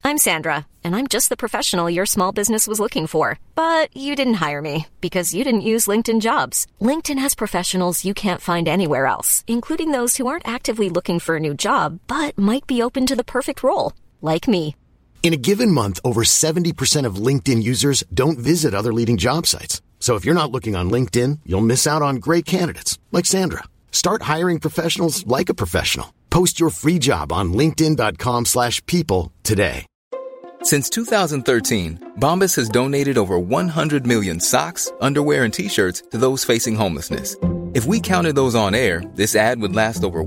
I'm Sandra, and I'm just the professional your small business was looking for. But you didn't hire me because you didn't use LinkedIn Jobs. LinkedIn has professionals you can't find anywhere else, including those who aren't actively looking for a new job, but might be open to the perfect role, like me. In a given month, over 70% of LinkedIn users don't visit other leading job sites. So if you're not looking on LinkedIn, you'll miss out on great candidates like Sandra. Start hiring professionals like a professional. Post your free job on linkedin.com/people today. Since 2013, Bombas has donated over 100 million socks, underwear, and T-shirts to those facing homelessness. If we counted those on air, this ad would last over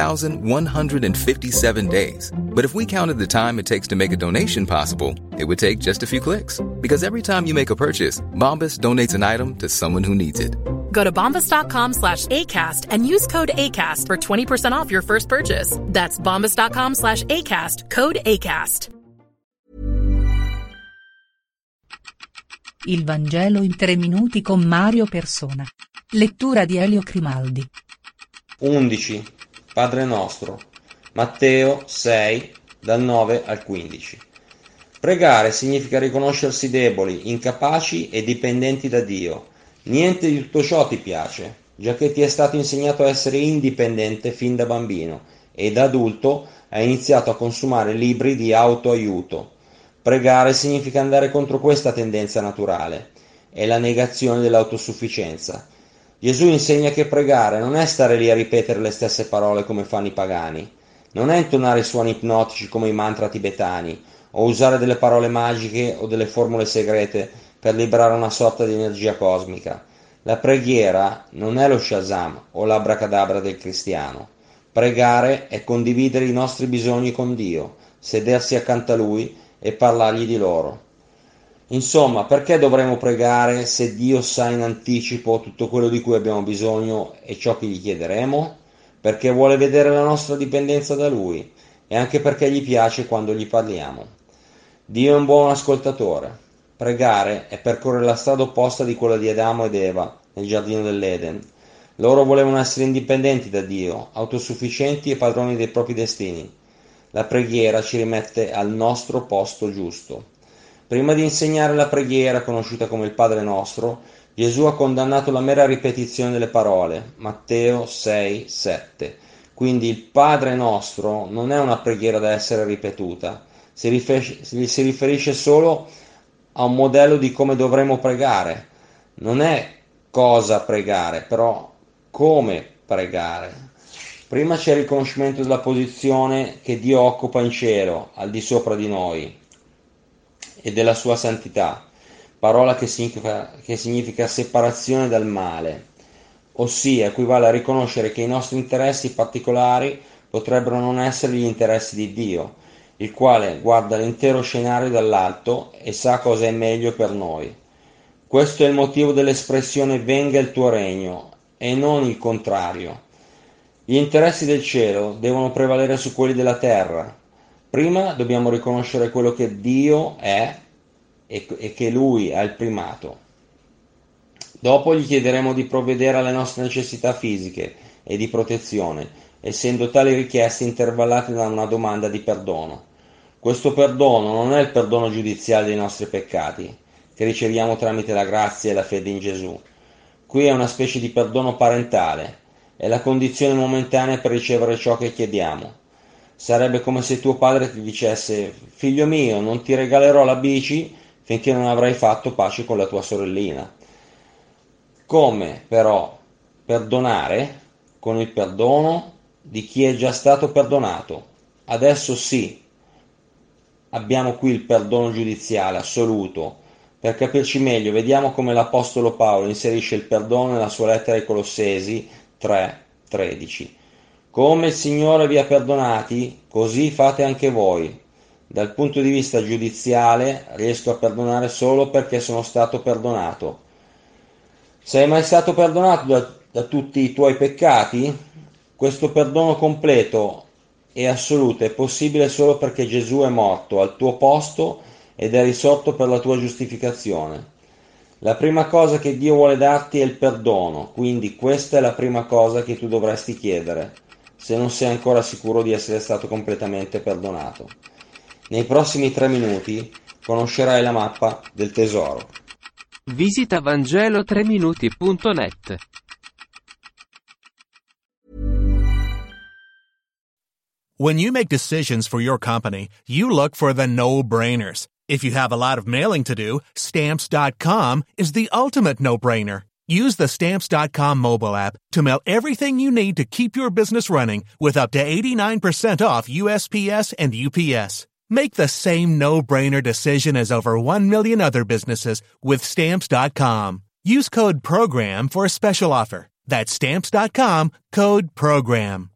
1,157 days. But if we counted the time it takes to make a donation possible, it would take just a few clicks. Because every time you make a purchase, Bombas donates an item to someone who needs it. Go to bombas.com/ACAST and use code ACAST for 20% off your first purchase. That's bombas.com/ACAST, code ACAST. Il Vangelo in 3 minuti con Mario Persona. Lettura di Elio Grimaldi. 11. Padre nostro. Matteo 6, dal 9 al 15. Pregare significa riconoscersi deboli, incapaci e dipendenti da Dio. Niente di tutto ciò ti piace, giacché ti è stato insegnato a essere indipendente fin da bambino e da adulto hai iniziato a consumare libri di autoaiuto. Pregare significa andare contro questa tendenza naturale, è la negazione dell'autosufficienza. Gesù insegna che pregare non è stare lì a ripetere le stesse parole come fanno i pagani, non è intonare suoni ipnotici come i mantra tibetani, o usare delle parole magiche o delle formule segrete per liberare una sorta di energia cosmica. La preghiera non è lo Shazam o l'abracadabra del cristiano. Pregare è condividere i nostri bisogni con Dio, sedersi accanto a Lui e parlargli di loro. Insomma, perché dovremmo pregare se Dio sa in anticipo tutto quello di cui abbiamo bisogno e ciò che gli chiederemo? Perché vuole vedere la nostra dipendenza da Lui e anche perché gli piace quando gli parliamo. Dio è un buon ascoltatore. Pregare è percorrere la strada opposta di quella di Adamo ed Eva nel giardino dell'Eden. Loro volevano essere indipendenti da Dio, autosufficienti e padroni dei propri destini. La preghiera ci rimette al nostro posto giusto. Prima di insegnare la preghiera, conosciuta come il Padre Nostro, Gesù ha condannato la mera ripetizione delle parole, Matteo 6, 7. Quindi il Padre Nostro non è una preghiera da essere ripetuta, si riferisce solo a un modello di come dovremmo pregare. Non è cosa pregare, però come pregare. Prima c'è il riconoscimento della posizione che Dio occupa in cielo, al di sopra di noi, e della sua santità, parola che significa separazione dal male, ossia equivale a riconoscere che i nostri interessi particolari potrebbero non essere gli interessi di Dio, il quale guarda l'intero scenario dall'alto e sa cosa è meglio per noi. Questo è il motivo dell'espressione venga il tuo regno, e non il contrario. Gli interessi del cielo devono prevalere su quelli della terra. Prima dobbiamo riconoscere quello che Dio è e che Lui ha il primato. Dopo gli chiederemo di provvedere alle nostre necessità fisiche e di protezione, essendo tali richieste intervallate da una domanda di perdono. Questo perdono non è il perdono giudiziale dei nostri peccati, che riceviamo tramite la grazia e la fede in Gesù. Qui è una specie di perdono parentale, è la condizione momentanea per ricevere ciò che chiediamo. Sarebbe come se tuo padre ti dicesse: figlio mio, non ti regalerò la bici finché non avrai fatto pace con la tua sorellina. Come però perdonare? Con il perdono di chi è già stato perdonato. Adesso sì, abbiamo qui il perdono giudiziale assoluto. Per capirci meglio, vediamo come l'Apostolo Paolo inserisce il perdono nella sua lettera ai Colossesi 3:13. Come il Signore vi ha perdonati, così fate anche voi. Dal punto di vista giudiziale riesco a perdonare solo perché sono stato perdonato. Sei mai stato perdonato da tutti i tuoi peccati? Questo perdono completo e assoluto è possibile solo perché Gesù è morto al tuo posto ed è risorto per la tua giustificazione. La prima cosa che Dio vuole darti è il perdono, quindi questa è la prima cosa che tu dovresti chiedere, se non sei ancora sicuro di essere stato completamente perdonato. Nei prossimi 3 minuti conoscerai la mappa del tesoro. Visita Vangelo3minuti.net. When you make decisions for your company, you look for the no-brainers. If you have a lot of mailing to do, Stamps.com is the ultimate no-brainer. Use the Stamps.com mobile app to mail everything you need to keep your business running with up to 89% off USPS and UPS. Make the same no-brainer decision as over 1 million other businesses with Stamps.com. Use code PROGRAM for a special offer. That's Stamps.com, code PROGRAM.